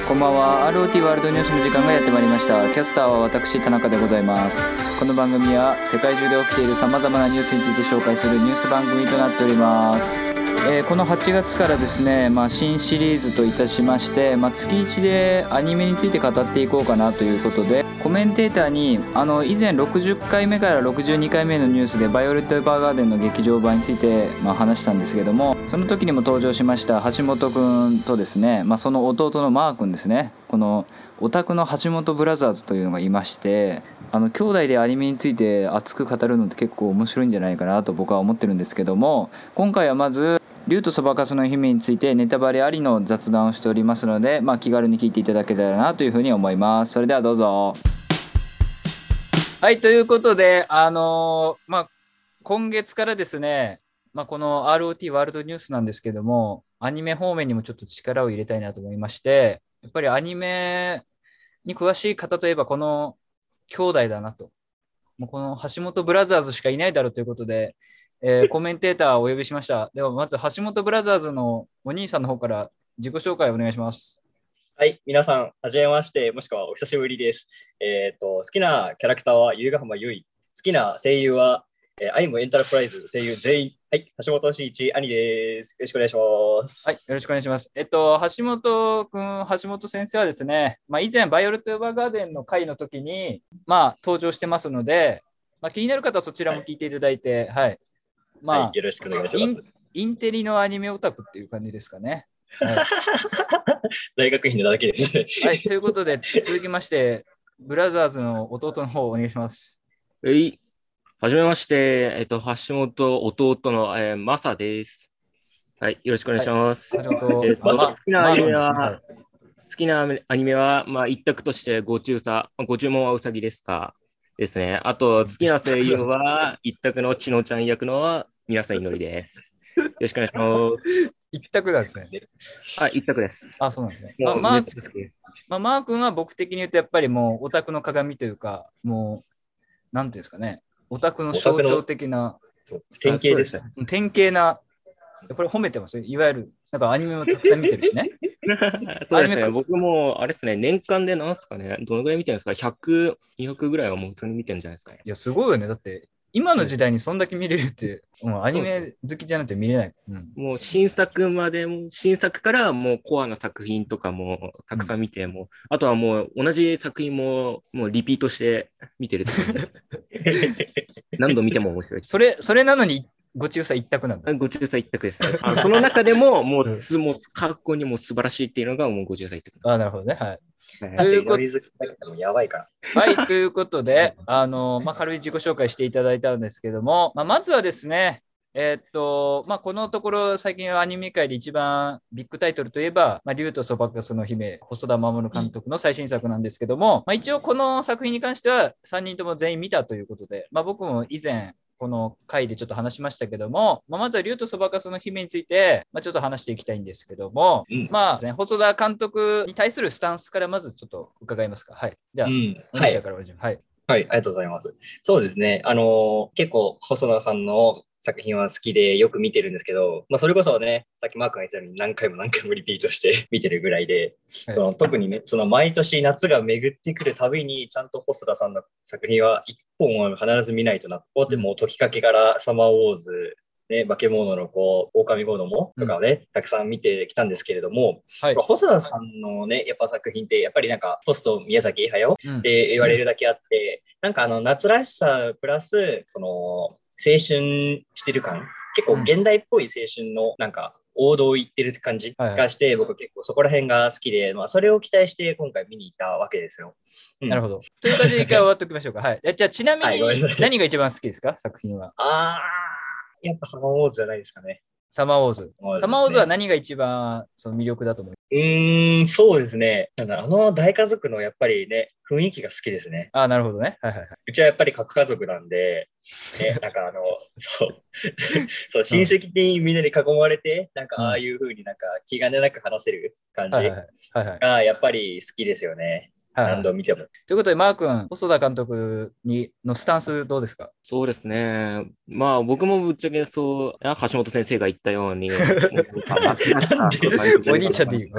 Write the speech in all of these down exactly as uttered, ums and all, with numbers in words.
こんばんは。 アールオーティー ワールドニュースの時間がやってまいりました。キャスターは私田中でございます。この番組は世界中で起きているさまざまなニュースについて紹介するニュース番組となっております。えー、このはちがつからですね、まあ、新シリーズといたしまして、まあ、月いちでアニメについて語っていこうかなということで、コメンテーターにあの以前ろくじゅっかいめからろくじゅうにかいめのニュースでバイオレット・エヴァーガーデンの劇場版について、まあ、話したんですけども、その時にも登場しました橋本くんとですね、まあ、その弟のマー君ですね、このオタクの橋本ブラザーズというのがいまして、あの兄弟でアニメについて熱く語るのって結構面白いんじゃないかなと僕は思ってるんですけども、今回はまず竜とそばかすの姫についてネタバレありの雑談をしておりますので、まあ、気軽に聞いていただけたらなというふうに思います。それではどうぞ。はい、ということで、あのーまあ、今月からですね、まあ、この アールオーティー ワールドニュースなんですけども、アニメ方面にもちょっと力を入れたいなと思いまして、やっぱりアニメに詳しい方といえばこの兄弟だなと。もうこの橋本ブラザーズしかいないだろうということで、えーコメンテーターをお呼びしました。ではまず橋本ブラザーズのお兄さんの方から自己紹介をお願いします。 はい、皆さん、はじめまして、もしくはお久しぶりです。えっ、と、好きなキャラクターは由比ヶ浜優衣。好きな声優は、えー、アイムエンタープライズ声優全員。はい、橋本真一兄です。よろしくお願いします。 はい、よろしくお願いします。えっと、橋本くん、橋本先生はですね、まあ、以前、バイオレット・エヴァーガーデンの回の時に、まあ、登場してますので、まあ、気になる方はそちらも聞いていただいて、はい。はい、まあ、 はい、よろしくお願いします。 イン、インテリのアニメオタクっていう感じですかね。はい、 大学院のだけです。 はい、ということで、続きまして、ブラザーズの弟の方、お願いします。 はい。はじめまして、えっと、橋本弟の、えー、マサです。はい、よろしくお願いします。 はい、橋本、 えーまあ、好きなアニメは、 まあはい、 好きなアニメは、まあ、一択として、ご注さ、ご注文はうさぎですかですね。あと、好きな声優は、一択のちのちゃん役の皆さんいのりです。よろしくお願いします。 一択なんですね。 はい、一択です。 あ、そうなんですね。 もうまあ、 めっちゃ好きです。 まあ、マー君は僕的に言うと、やっぱりもう、オタクの鏡というか、もう、なんていうんですかね、オタクの象徴的な、 典型ですね。 典型な、これ褒めてますよ。いわゆる、なんかアニメもたくさん見てるしね。 そうですね。僕も、あれですね、年間で何すかね、どのぐらい見てるんですか ?ひゃく、にひゃくぐらいはもう普通に見てるんじゃないですかね。 いや、すごいよね。だって、今の時代にそんだけ見れるって、もうアニメ好きじゃなくて見れない。うん、 もう新作までも、新作からもうコアな作品とかもたくさん見て、うん、もうあとはもう同じ作品ももうリピートして見てるって感じです。何度見ても面白い。 それ、それなのにご中佐一択なんだ。 ご中佐一択です。あのその中でももう、すもう過去にも素晴らしいっていうのがもうご中佐一択。 あ、なるほどね。はい。 ということで、やばいから。 はい、ということで、あの、まあ、軽い自己紹介していただいたんですけども、まあ、まずはですね、えー、っと、まあ、このところ最近はアニメ界で一番ビッグタイトルといえば、まあ、竜とそばかすの姫、細田守監督の最新作なんですけども、まあ、一応この作品に関してはさんにんとも全員見たということで、まあ、僕も以前、この回でちょっと話しましたけども、まあ、まずは竜とそばかすの姫について、まあ、ちょっと話していきたいんですけども、うん、まあ、ね、細田監督に対するスタンスからまずちょっと伺いますか。はい。じゃあ、うん、お兄ちゃんからお願いします。はい。 はい、ありがとうございます。そうですね。あのー、結構細田さんの作品は好きでよく見てるんですけど、まあ、それこそね、さっきマークが言ったように何回も何回もリピートして見てるぐらいで、はい、その特にね、その毎年夏が巡ってくるたびに、ちゃんと細田さんの作品はいっぽんは必ず見ないとな。こうやってもう時かけからサマーウォーズ、ね、化け物の子、狼子供とかをね、うん、たくさん見てきたんですけれども、はい、細田さんのね、やっぱ作品って、やっぱりなんか、ポスト宮崎駿って言われるだけあって、うん、なんかあの、夏らしさプラス、その、青春してる感、結構現代っぽい青春のなんか、王道を言ってる感じがして、はいはい、僕結構そこら辺が好きで、まあ、それを期待して今回見に行ったわけですよ。 うん、なるほど。という感じで一回終わっておきましょうか。はい。じゃあちなみに何が一番好きですか、作品は。 あー、やっぱサマーウォーズじゃないですかね。 サマーウォーズ。サマーウォーズは何が一番その魅力だと思う？ うーん、そうですね。なんだあの大家族のやっぱりね、雰囲気が好きですね。 あ、なるほどね。はいはいはい。 うちはやっぱり核家族なんで、ね、なんかあの、そう、そう、親戚にみんなに囲まれて、なんかああいう風になんか気兼ねなく話せる感じがやっぱり好きですよね。はいはい、何度見ても。 ということで、マー君、細田監督にのスタンスどうですか？ そうですね。まあ、僕もぶっちゃけそう、橋本先生が言ったように、 お兄ちゃんで言う。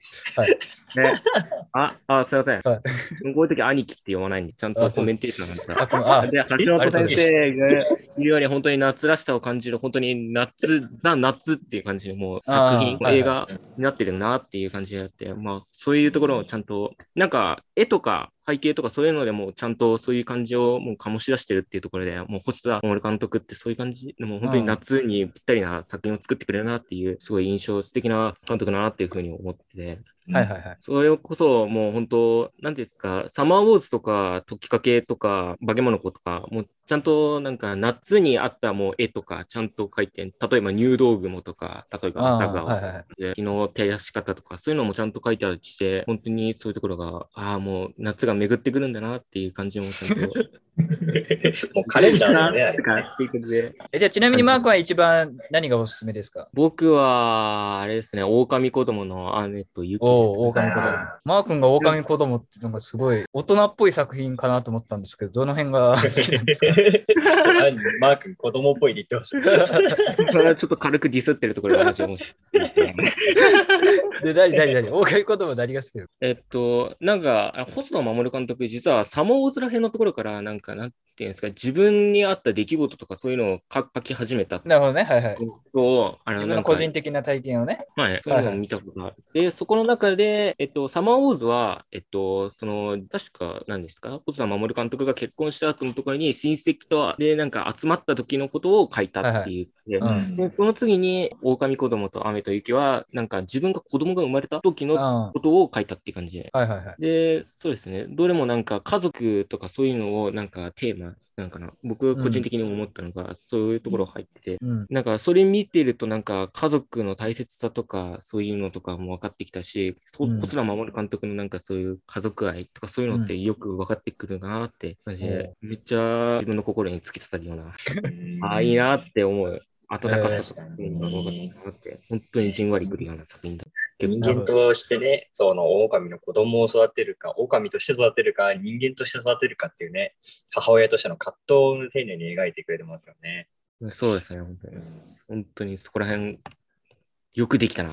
はい。 ね、あ、あ、すいません。 はいこういう時兄貴って読まないんで、ちゃんとコメンテーターなんだ。 あ、このあ、 で、橋本先生が言うように、本当に夏らしさを感じる、本当に夏だ、夏っていう感じのもう作品、 あーはいはい映画になってるなっていう感じであって、まあ、そういうところをちゃんと、なんか、絵とか背景とかそういうのでも、ちゃんとそういう感じをもう醸し出してるっていうところで、もう星田守監督ってそういう感じ、もう本当に夏にぴったりな作品を作ってくれるなっていう、すごい印象素敵な監督だなっていうふうに思ってて、 はいはいはい。 それこそ、もう本当、なんていうんですか、サマーウォーズとか、時かけとか、化け物子とか、もうちゃんとなんか夏にあったもう絵とか、ちゃんと描いて、例えば入道雲とか、例えば朝あー顔、 はいはいはい。 日の照らし方とか、そういうのもちゃんと書いてあるしして、本当にそういうところが、ああ、もう夏が巡ってくるんだなっていう感じもちゃんと。 もうカレンダーだよね。 なかっていうことで。 えじゃあちなみにマー君は一番何がおすすめですか？ 僕は、あれですね、狼子供の姉と雪です、 おお、狼子供。 あマー君が狼子供ってのがすごい大人っぽい作品かなと思ったんですけど、どの辺が好きなんですか？ 何マー君子供っぽいって言ってます。 それはちょっと軽くディスってるところが私は思ってて。 で、何、何、何、狼子供何が好きなの？ えっと、なんか、あ細野守監督、実はサモーズら辺のところから、なんか、なんていうんですか、自分にあった出来事とかそういうのを書書き始めたなるほどね、はいはい。 と、あ自分の個人的な体験をね。 はい、そういうのを見たことがある。で、そこの中で、えっと、サマーウォーズは、えっと、その、確か、何ですか、細田守監督が結婚した後のところに親戚と、で、なんか集まった時のことを書いたっていう。でうんでその次に、狼子供と雨と雪は、なんか自分が子供が生まれた時のことを書いたっていう感じで。 はいはいはい。 で、そうですね。どれもなんか家族とかそういうのをなんかテーマなんかな。僕が個人的に思ったのが、そういうところ入ってて、 うん。 なんかそれ見てるとなんか家族の大切さとかそういうのとかも分かってきたし、そうん細田守監督のなんかそういう家族愛とかそういうのってよく分かってくるなって感じで、めっちゃ自分の心に突き刺さるような、ああ、いいなって思う。温かさとかそういうのが分かってなって、本当にじんわりくるような作品だ。 人間としてね、その狼の子供を育てるか、狼として育てるか、人間として育てるかっていうね、母親としての葛藤を丁寧に描いてくれてますよね。 そうですね、本当に。本当にそこら辺、よくできたな。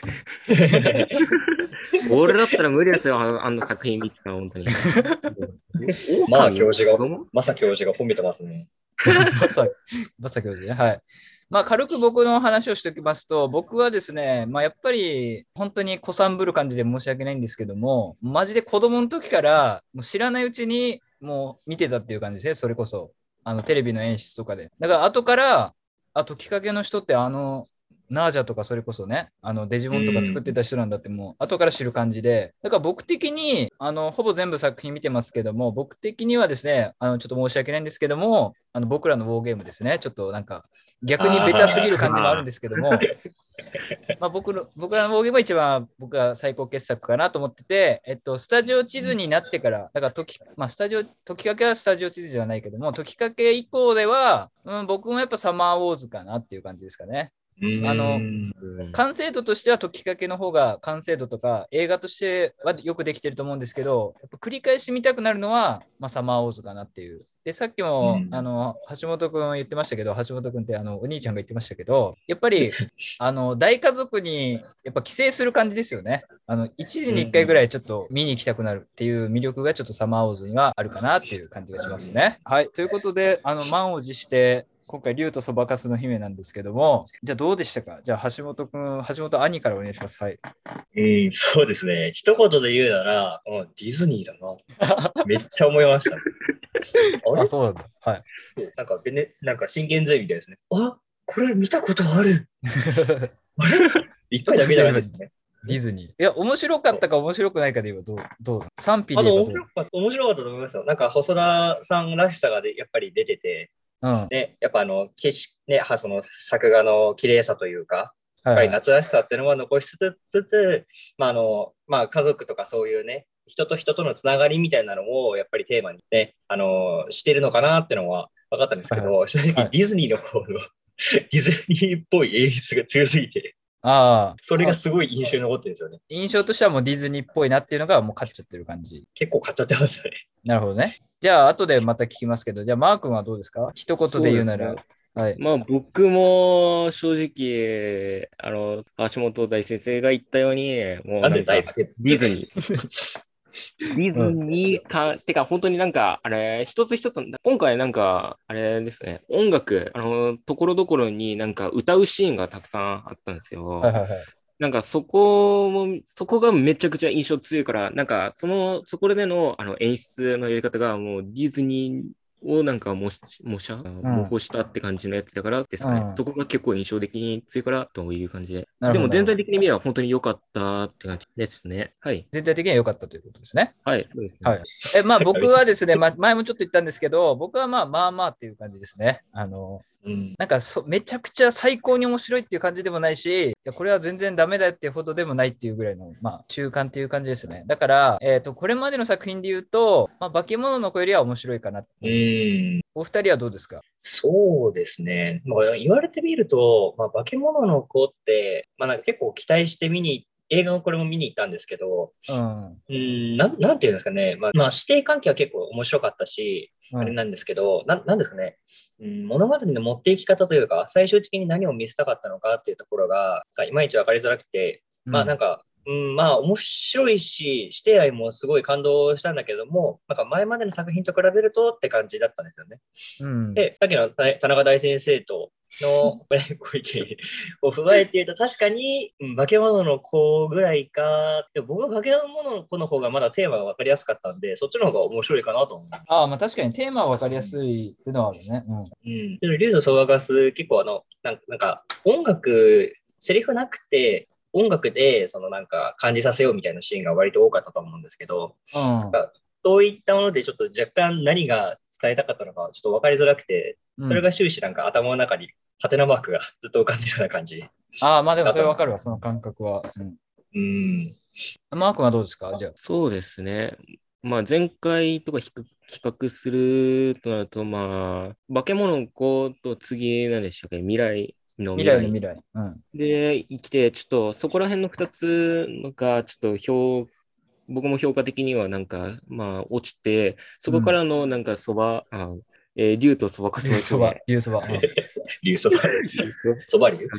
俺だったら無理ですよ、あんな作品見てたら、本当に。 まあ、教授が、まさ教授が褒めてますね。 まさ、まさ教授ね。はい。まあ、軽く僕の話をしておきますと、僕はですね、まあ、やっぱり本当に子さんぶる感じで申し訳ないんですけども、マジで子供の時からもう知らないうちにもう見てたっていう感じですね、それこそ。あのテレビの演出とかで。だから後から、あときっかけの人ってあの、ナージャとかそれこそね、あのデジモンとか作ってた人なんだってもう後から知る感じで、だから僕的に、あの、ほぼ全部作品見てますけども、僕的にはですね、あの、ちょっと申し訳ないんですけども、あの僕らのウォーゲームですね、ちょっとなんか逆にベタすぎる感じもあるんですけども、まあ僕の、僕らのウォーゲームは一番僕が最高傑作かなと思ってて、えっと、スタジオ地図になってから、だから時、まあスタジオ、時かけはスタジオ地図じゃないけども、時かけ以降では、うん、僕もやっぱサマーウォーズかなっていう感じですかね。あの完成度としては時かけの方が完成度とか映画としてはよくできてると思うんですけど、やっぱ繰り返し見たくなるのは、まあ、サマーウォーズかなっていう。で、さっきも、あの橋本君言ってましたけど、橋本君ってあのお兄ちゃんが言ってましたけど、やっぱりあの大家族にやっぱ帰省する感じですよね。あのいちねんにいっかいぐらいちょっと見に行きたくなるっていう魅力がちょっとサマーウォーズにはあるかなっていう感じがしますね。はい、ということで、あの満を持して今回、竜とそばかすの姫なんですけども、じゃあどうでしたか？じゃあ橋本君、橋本兄からお願いします。はい。 うん、そうですね。一言で言うなら、ディズニーだな。めっちゃ思いました、ね。 あれあ、そうなんだ。はい。 なんか、ね、なんか真剣ゼミみたいですね。あ、これ見たことある。あれ一回だけじゃないですね。 ディズニー。いや、面白かったか面白くないかで言えばどう、どう賛否で言えばどう？あの面白かった、面白かったと思いますよ。なんか、細田さんらしさがでやっぱり出てて、 うんね、やっぱあの景色、ね、その作画の綺麗さというか、やっぱり夏らしさっていうのは残しつつ、まああのまあ、家族とかそういうね、人と人とのつながりみたいなのをやっぱりテーマにね、あのしてるのかなっていうのは分かったんですけど、はい、正直ディズニーの方の、はい、ディズニーっぽい演出が強すぎて、 あそれがすごい印象に残ってるんですよね。 印象としてはもうディズニーっぽいなっていうのがもう勝っちゃってる感じ。 結構勝っちゃってますよね。 なるほどね。じゃあ、後でまた聞きますけど、じゃあ、マー君はどうですか？一言で言うなら。 はい。 まあ僕も正直、あの、橋本大先生が言ったように、もなうんなんかで大つけディズニー、ディズニーか、てか本当になんか、あれ、一つ一つ、今回なんか、あれですね、音楽、あの、ところどころになんか歌うシーンがたくさんあったんですよ。 はいはいはい。 なんかそこも、そこがめちゃくちゃ印象強いから、なんかその、そこでのあの演出のやり方がもうディズニーをなんか模し、模写、模倣したって感じのやつだからですかね。 うんそこが結構印象的に強いからという感じで。 なるほど。 でも全なるほど体的に見れば本当に良かったって感じですね。はい。 全体的には良かったということですね。 はい。そうですね。 はい。え、まあ僕はですね、まあ、前もちょっと言ったんですけど、僕はまあまあまあっていう感じですね。あの、 うん。 なんかそめちゃくちゃ最高に面白いっていう感じでもないし、いやこれは全然ダメだよっていうほどでもないっていうぐらいの、まあ中間っていう感じですね。だから、えっと、これまでの作品で言うと、まあ化け物の子よりは面白いかな。 うん。 お二人はどうですか？ そうですね。まあ、言われてみると、まあ、化け物の子って、まあ、なんか結構期待して見に、映画をこれも見に行ったんですけど、 うん。 うん、なん、なんていうんですかね。まあ、まあ、師弟関係は結構面白かったし、 うん。 あれなんですけど、なん、なんですかね。うん、物語の持っていき方というか、最終的に何を見せたかったのかっていうところが、いまいちわかりづらくて、まあなんか、うん、まあ面白いし、師弟愛もすごい感動したんだけども、なんか前までの作品と比べるとって感じだったんですよね。 うん。 で、さっきの田田中大先生とのご意見を踏まえて言うと、確かに、うん、化け物の子ぐらいか、でも僕は化け物の子の方がまだテーマが分かりやすかったんで、そっちの方が面白いかなと思う。 ああ、まあ確かにテーマは分かりやすいっていうのはあるね。うん。 うん。でも、竜のソワガス、結構あの、なんなんか、音楽、セリフなくて、音楽で、そのなんか、感じさせようみたいなシーンが割と多かったと思うんですけど、 うん。 なんかそういったものでちょっと若干何が伝えたかったのかちょっと分かりづらくて、それが終始なんか頭の中にハテナマークがずっと浮かんでるような感じ。 ああ、まあでもそれ分かるわ、その感覚は。うん。 うん。 マー君はどうですか？じゃあ。 そうですね。まあ前回とか比較比較するとなると、まあ、化け物の子と次何でしたっけ？未来の未来の未来。うん。 で生きて、ちょっとそこら辺のふたつが、ちょっと評、僕も評価的にはなんか、まあ落ちて、そこからのなんかそば、あえー、竜とそばかす竜そば、竜そば。 竜そば。そば竜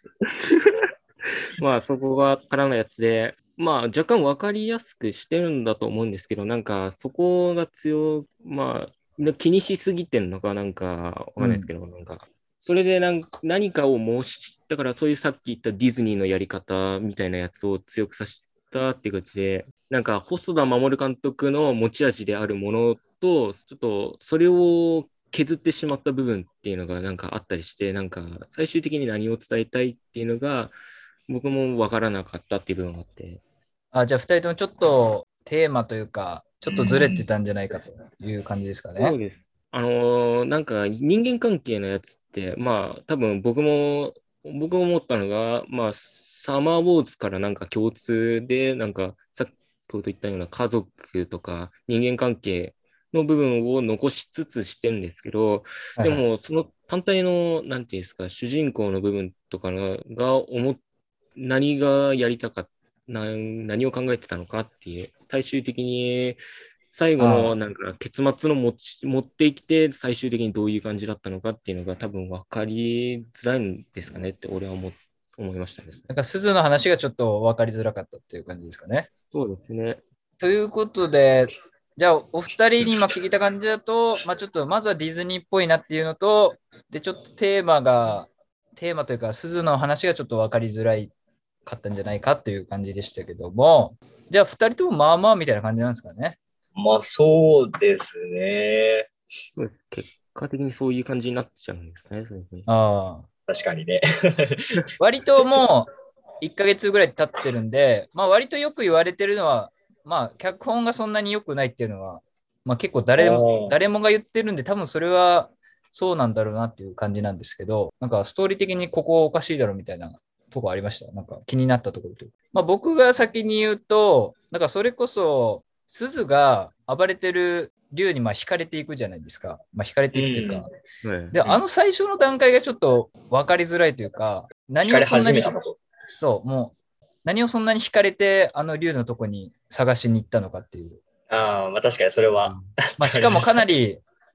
まあそこがからのやつで、まあ若干わかりやすくしてるんだと思うんですけど、なんかそこが強、まあ気にしすぎてんのかなんかわかんないですけど、うん、なんかそれでなん何かを申し、だからそういうさっき言ったディズニーのやり方みたいなやつを強くさせたっていう感じで、なんか細田守監督の持ち味であるものと、ちょっとそれを削ってしまった部分っていうのがなんかあったりして、なんか最終的に何を伝えたいっていうのが、僕も分からなかったっていう部分があって。 あ、じゃあふたりともちょっとテーマというか、ちょっとずれてたんじゃないかという感じですかね。 そうです。あのー、なんか人間関係のやつって、まあ多分僕も、僕思ったのが、まあサマーウォーズからなんか共通で、なんかさっき言ったような家族とか人間関係の部分を残しつつしてるんですけど、でもその単体の、なんていうんですか、主人公の部分とかが思っ何がやりたかった、何を考えてたのかっていう、最終的に最後のなんか結末の持ち持ってきて、最終的にどういう感じだったのかっていうのが多分分かりづらいんですかねって俺は思思いましたね。 なんか鈴の話がちょっと分かりづらかったっていう感じですかね。 そうですね。 ということで、じゃあお二人に今聞いた感じだと、まあ、ちょっとまずはディズニーっぽいなっていうのと、でちょっとテーマが、テーマというか鈴の話がちょっと分かりづらいかったんじゃないかという感じでしたけども、じゃあふたりともまあまあみたいな感じなんですかね。 まあそうですね。 そう結果的にそういう感じになっちゃうんですかね。そうですね。 ああ。 確かにね。 割ともういっかげつぐらい経ってるんで、まあ割とよく言われてるのは、まあ脚本がそんなに良くないっていうのは、まあ結構誰も誰もが言ってるんで、多分それはそうなんだろうなっていう感じなんですけど、なんかストーリー的にここおかしいだろみたいなとこありました。なんか気になったところというか。まあ僕が先に言うと、なんかそれこそ鈴が暴れてる竜にまあ惹かれていくじゃないですか。まあ惹かれていくというか。うん、で、あの最初の段階がちょっと分かりづらいというか、何をそんなに、そう、もう何をそんなに惹かれてあの竜のとこに探しに行ったのかっていう。 ああ、まあ確かにそれは。 まあしかもかなり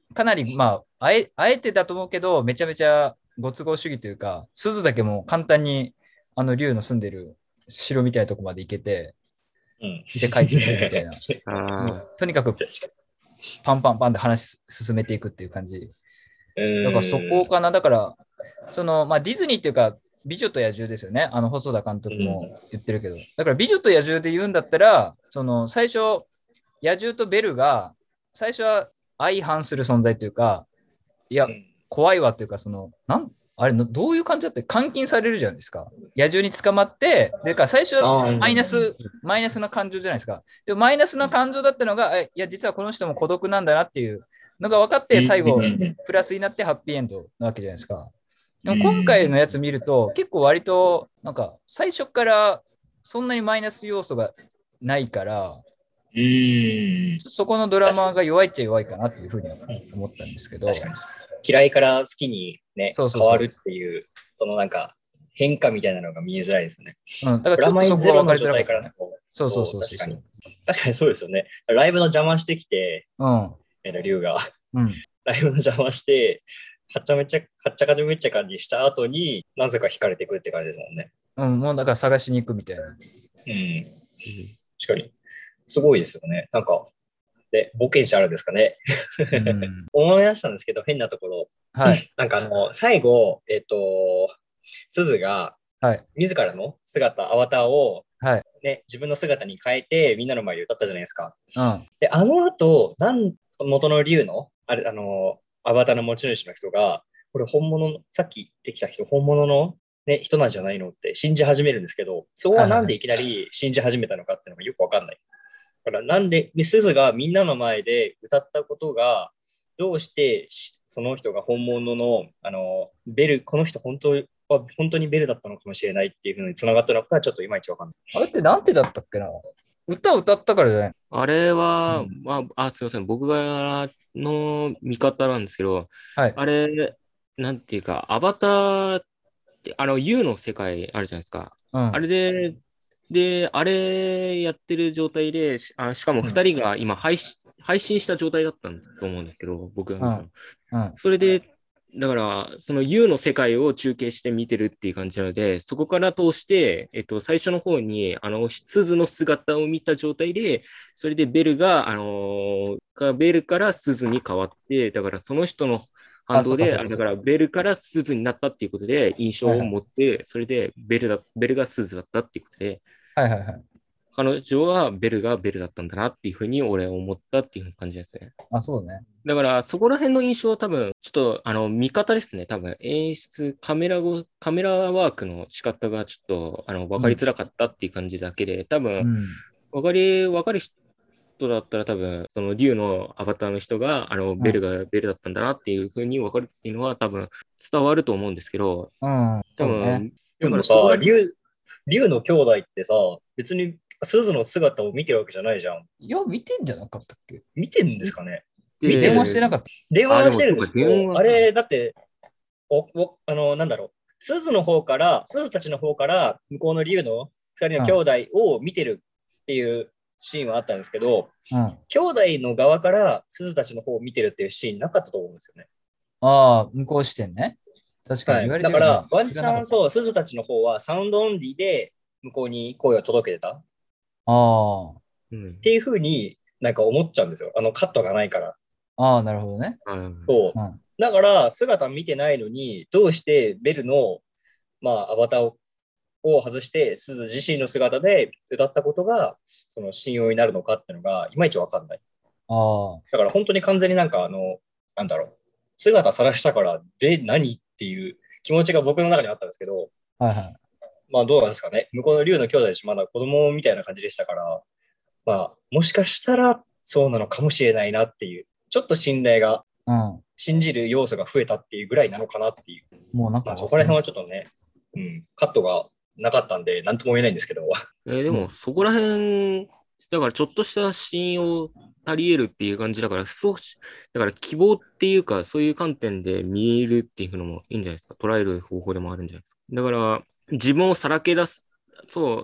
かなり、まあ、あえ、あえてだと思うけど、めちゃめちゃご都合主義というか、鈴だけも簡単に、あの、竜の住んでる城みたいなとこまで行けて、 うん。 で、帰ってきてみたいな。もあうとにかく確かパンパンパンで話進めていくっていう感じ。 に。 だからそうん。 こかな。だから、その、まあ、ディズニーっていうか、美女と野獣ですよね。あの、細田監督も言ってるけど。だから、美女と野獣で言うんだったら、その、最初、野獣とベルが、最初は相反する存在というか、いや、 うん怖いわというか、その、なんあれの、どういう感じだって監禁されるじゃないですか。野獣に捕まって、でか最初はああ、 マイナス、マイナスな感情じゃないですか。でもマイナスな感情だったのが、えいや、実はこの人も孤独なんだなっていうのが分かって、最後、プラスになってハッピーエンドなわけじゃないですか。でも今回のやつ見ると、結構割と、なんか、最初からそんなにマイナス要素がないから、 うん。 そこのドラマが弱いっちゃ弱いかなっていうふうには思ったんですけど。 確かに。嫌いから好きにね、 そうそうそう変わるっていう、そのなんか変化みたいなのが見えづらいですよね。 うん、だからちょっとプラマイそこが分かゼロの状りづらかったね。 態からそこそうそうそうそう。 確かに。確かにそうですよね。ライブの邪魔してきて、 うん。 えの龍が、 うん。 ライブの邪魔して、はっちゃめちゃ、はっちゃかじめっちゃかにした後になぜか惹かれてくるって感じですもんね。 うん、もうだから探しに行くみたいな。 うん。確かに。すごいですよね。なんか、で、冒険者あるんですかね。 うん、 思い出したんですけど、変なところ。 はい。 なんかあの、最後、えっと、鈴が、 はい。 自らの姿、アバターを、 はい。 ね、自分の姿に変えて、みんなの前で歌ったじゃないですか。 うん。 で、あの後、なん元の竜の、あれ、あの、アバターの持ち主の人が、これ本物の、さっき言ってきた人、本物の、ね、人なんじゃないのって信じ始めるんですけど、そこはなんでいきなり信じ始めたのかっていうのがよくわかんない。だからなんで、すずがみんなの前で歌ったことが、どうしてその人が本物の、あの、ベル、この人本当は本当にベルだったのかもしれないっていうふうに繋がったのか、ちょっといまいちわかんない。 あれってなんてだったっけな。歌歌ったからじゃないあれは、 うん、 まあ、あ、すいません。僕がの見方なんですけど、 はい。 あれ、なんていうか、アバターって、あの、U の世界あるじゃないですか。 うん。 あれで、で、あれやってる状態で、しあしかもふたりが今配信、配信した状態だったんだと思うんですけど、僕が見たの。 うん。うん。 それで、だから、その U の世界を中継して見てるっていう感じなので、そこから通して、えっと、最初の方に、あの、鈴の姿を見た状態で、それでベルが、あのーベルから鈴に変わって、だからその人の反あ、そ動で、 うかそうかそうか。 あだからベルから鈴になったっていうことで印象をはいはい。 持って、それでベルだ、ベルが鈴だったっていうことで、 はいはいはい。 彼女はベルがベルだったんだなっていうふうに俺は思ったっていう感じですね。 あ、そうね。 だから、そこら辺の印象は多分、ちょっと、あの、見方ですね。多分、演出、カメラご、カメラワークの仕方がちょっと、あの、わかりづらかったっていう感じだけで、多分、 うん。 わかり、わかる人だったら多分、その竜のアバターの人が、あの、 うん。 ベルがベルだったんだなっていうふうにわかるっていうのは多分、伝わると思うんですけど、 うん。うん。 多そうね。 分、だかでもさ、 らそこら辺、 竜、竜の兄弟ってさ、別に鈴の姿を見てるわけじゃないじゃん。 いや、見てんじゃなかったっけ。 見てんですかね。見て電話る。 してなかった。 あ、 電話はしてるでもそうか、 んですけど、 電話か。 あれ、だって、おおあの、なんだろう。鈴の方から、鈴たちの方から、向こうの竜の二人の兄弟を見てるっていうシーンはあったんですけど、 うん。うん。 兄弟の側から鈴たちの方を見てるっていうシーンなかったと思うんですよね。 ああ、向こう視点ね。確かにはい。 言われてみればだから、ワンチャン、 知らなかった。 そう、鈴たちの方はサウンドオンリーで向こうに声を届けてたっあうんていうふうになんか思っちゃうんですよ。あのカットがないから。 あ。ああ、なるほどね。 うんそう。 うん。 だから、姿見てないのに、どうしてベルの、まあ、アバターをを外して、鈴自身の姿で歌ったことが、その信用になるのかっていうのが、いまいちわかんない。 ああ。 だから本当に完全になんか、あの、なんだろう、姿晒したから、で、何っていう気持ちが僕の中にあったんですけど、 はいはい。 まあどうなんですかね。向こうの竜の兄弟だし、まだ子供みたいな感じでしたから、まあ、もしかしたらそうなのかもしれないなっていう、ちょっと信頼が、 うん。 信じる要素が増えたっていうぐらいなのかなっていう。 もうなんまあそこら辺か忘れましはちょっとね、うん、カットがなかったんで、なんとも言えないんですけど。 えーでも、そこら辺、だからちょっとした信用足り得るっていう感じだから、そうし、だから希望っていうか、そういう観点で見えるっていうのもいいんじゃないですか。捉える方法でもあるんじゃないですか。だから、自分をさらけ出す、そう、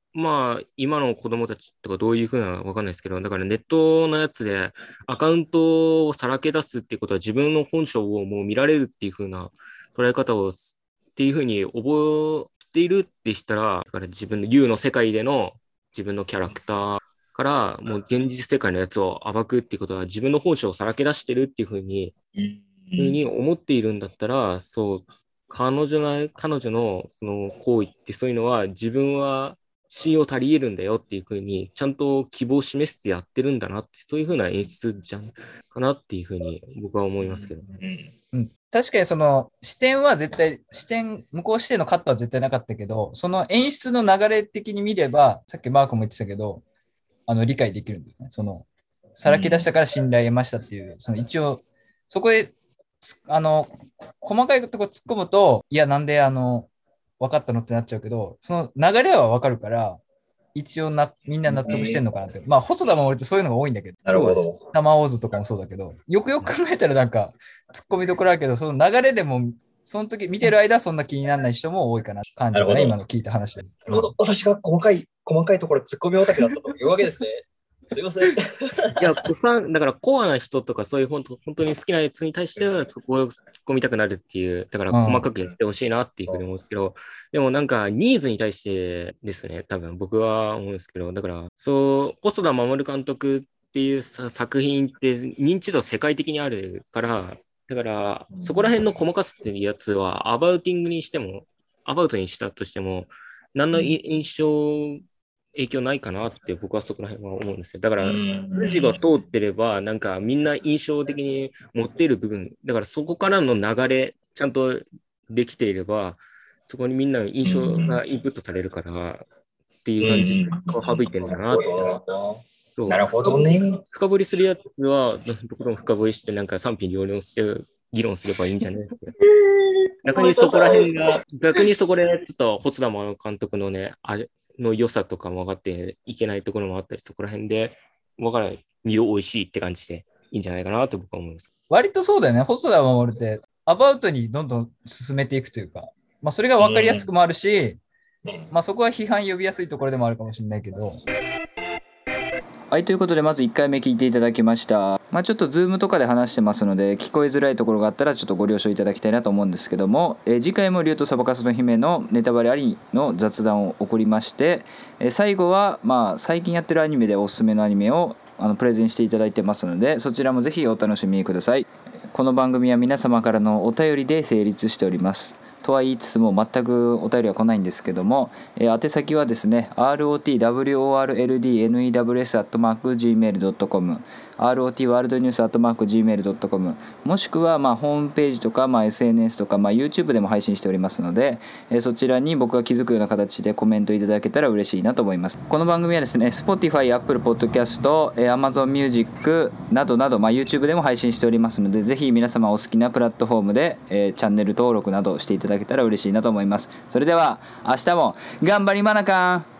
まあ、今の子供たちとかどういうふうなのかわかんないですけど、だからネットのやつでアカウントをさらけ出すっていうことは自分の本性をもう見られるっていうふうな捉え方をすっていうふうに覚えているってしたら、だから自分の ユー の世界での自分のキャラクターからもう現実世界のやつを暴くっていうことは自分の本性をさらけ出してるっていうふうに、 うんふうに思っているんだったら、そう、彼女の、彼女のその行為ってそういうのは自分は信用足り得るんだよっていうふうに、ちゃんと希望を示してやってるんだなって、そういうふうな演出じゃんかなっていうふうに僕は思いますけど。 うんうん、確かにその視点は絶対、視点、向こう視点のカットは絶対なかったけど、その演出の流れ的に見れば、さっきマークも言ってたけど、あの理解できるんだよね。その、さらけ出したから信頼を得ましたっていう、その一応、そこへつ、あの、細かいとこ突っ込むと、いや、なんであの、分かったのってなっちゃうけど、その流れは分かるから、一応な、みんな納得してんのかなって。まあ、細田守ってそういうのが多いんだけど、 なるほど。 そうタマオーズとかもそうだけど、よくよく考えたらなんか、突っ込みどころあるけど、その流れでも、その時見てる間はそんな気にならない人も多いかなって感じだね、 なるほど今の聞いた話で。 なるほど。私が細かい、細かいところ突っ込みオタクだったというわけですね。すいません。 いや、子さん、だからコアな人とかそういう本当本当に好きなやつに対してはそこを突っ込みたくなるっていう、だから細かくやってほしいなっていうふうに思うんですけど、でもなんかニーズに対してですね、多分僕は思うんですけど、だからそう、細田守監督っていうさ作品って認知度世界的にあるから、だからそこら辺の細かさっていうやつはアバウティングにしても、アバウトにしたとしても、何のい印象影響ないかなって僕はそこら辺は思うんですよ。だから、筋が通ってれば、なんかみんな印象的に持っている部分、だからそこからの流れ、ちゃんとできていれば、そこにみんなの印象がインプットされるからっていう感じを省いてるんだなって。そうなるほどね。 深掘りするやつは、どこでも深掘りして、なんか賛否両論して議論すればいいんじゃないですか。逆にそこら辺が、逆にそこでちょっと細田守監督のね、あの良さとかも分かっていけないところもあったり、そこら辺で分からない、二度美味しいって感じでいいんじゃないかなと僕は思います。 割とそうだよね、細田守って、アバウトにどんどん進めていくというか、まあ、それが分かりやすくもあるし、まあ、そこは批判呼びやすいところでもあるかもしれないけど。 はい、ということでまずいっかいめ聞いていただきました。まあちょっとズームとかで話してますので聞こえづらいところがあったらちょっとご了承いただきたいなと思うんですけども、えー次回も竜とそばかすの姫のネタバレありの雑談を送りまして、えー最後はまあ最近やってるアニメでおすすめのアニメをあのプレゼンしていただいてますので、そちらもぜひお楽しみください。この番組は皆様からのお便りで成立しております。とは言いつつも全くお便りは来ないんですけども、えー宛先はですね ロートワールドネス アットマーク ジーメール ドットコム ロート ワールドニュース アットマーク ジーメール ドットコム もしくはまあホームページとかまあ エスエヌエス とかまあ YouTube でも配信しておりますので、えーそちらに僕が気づくような形でコメントいただけたら嬉しいなと思います。この番組はですね Spotify、Apple Podcast、えー Amazon Music などなど、まあ、YouTube でも配信しておりますので、ぜひ皆様お好きなプラットフォームで、えーチャンネル登録などしていただけたら嬉しいなと思います。それでは明日も頑張りまなかん。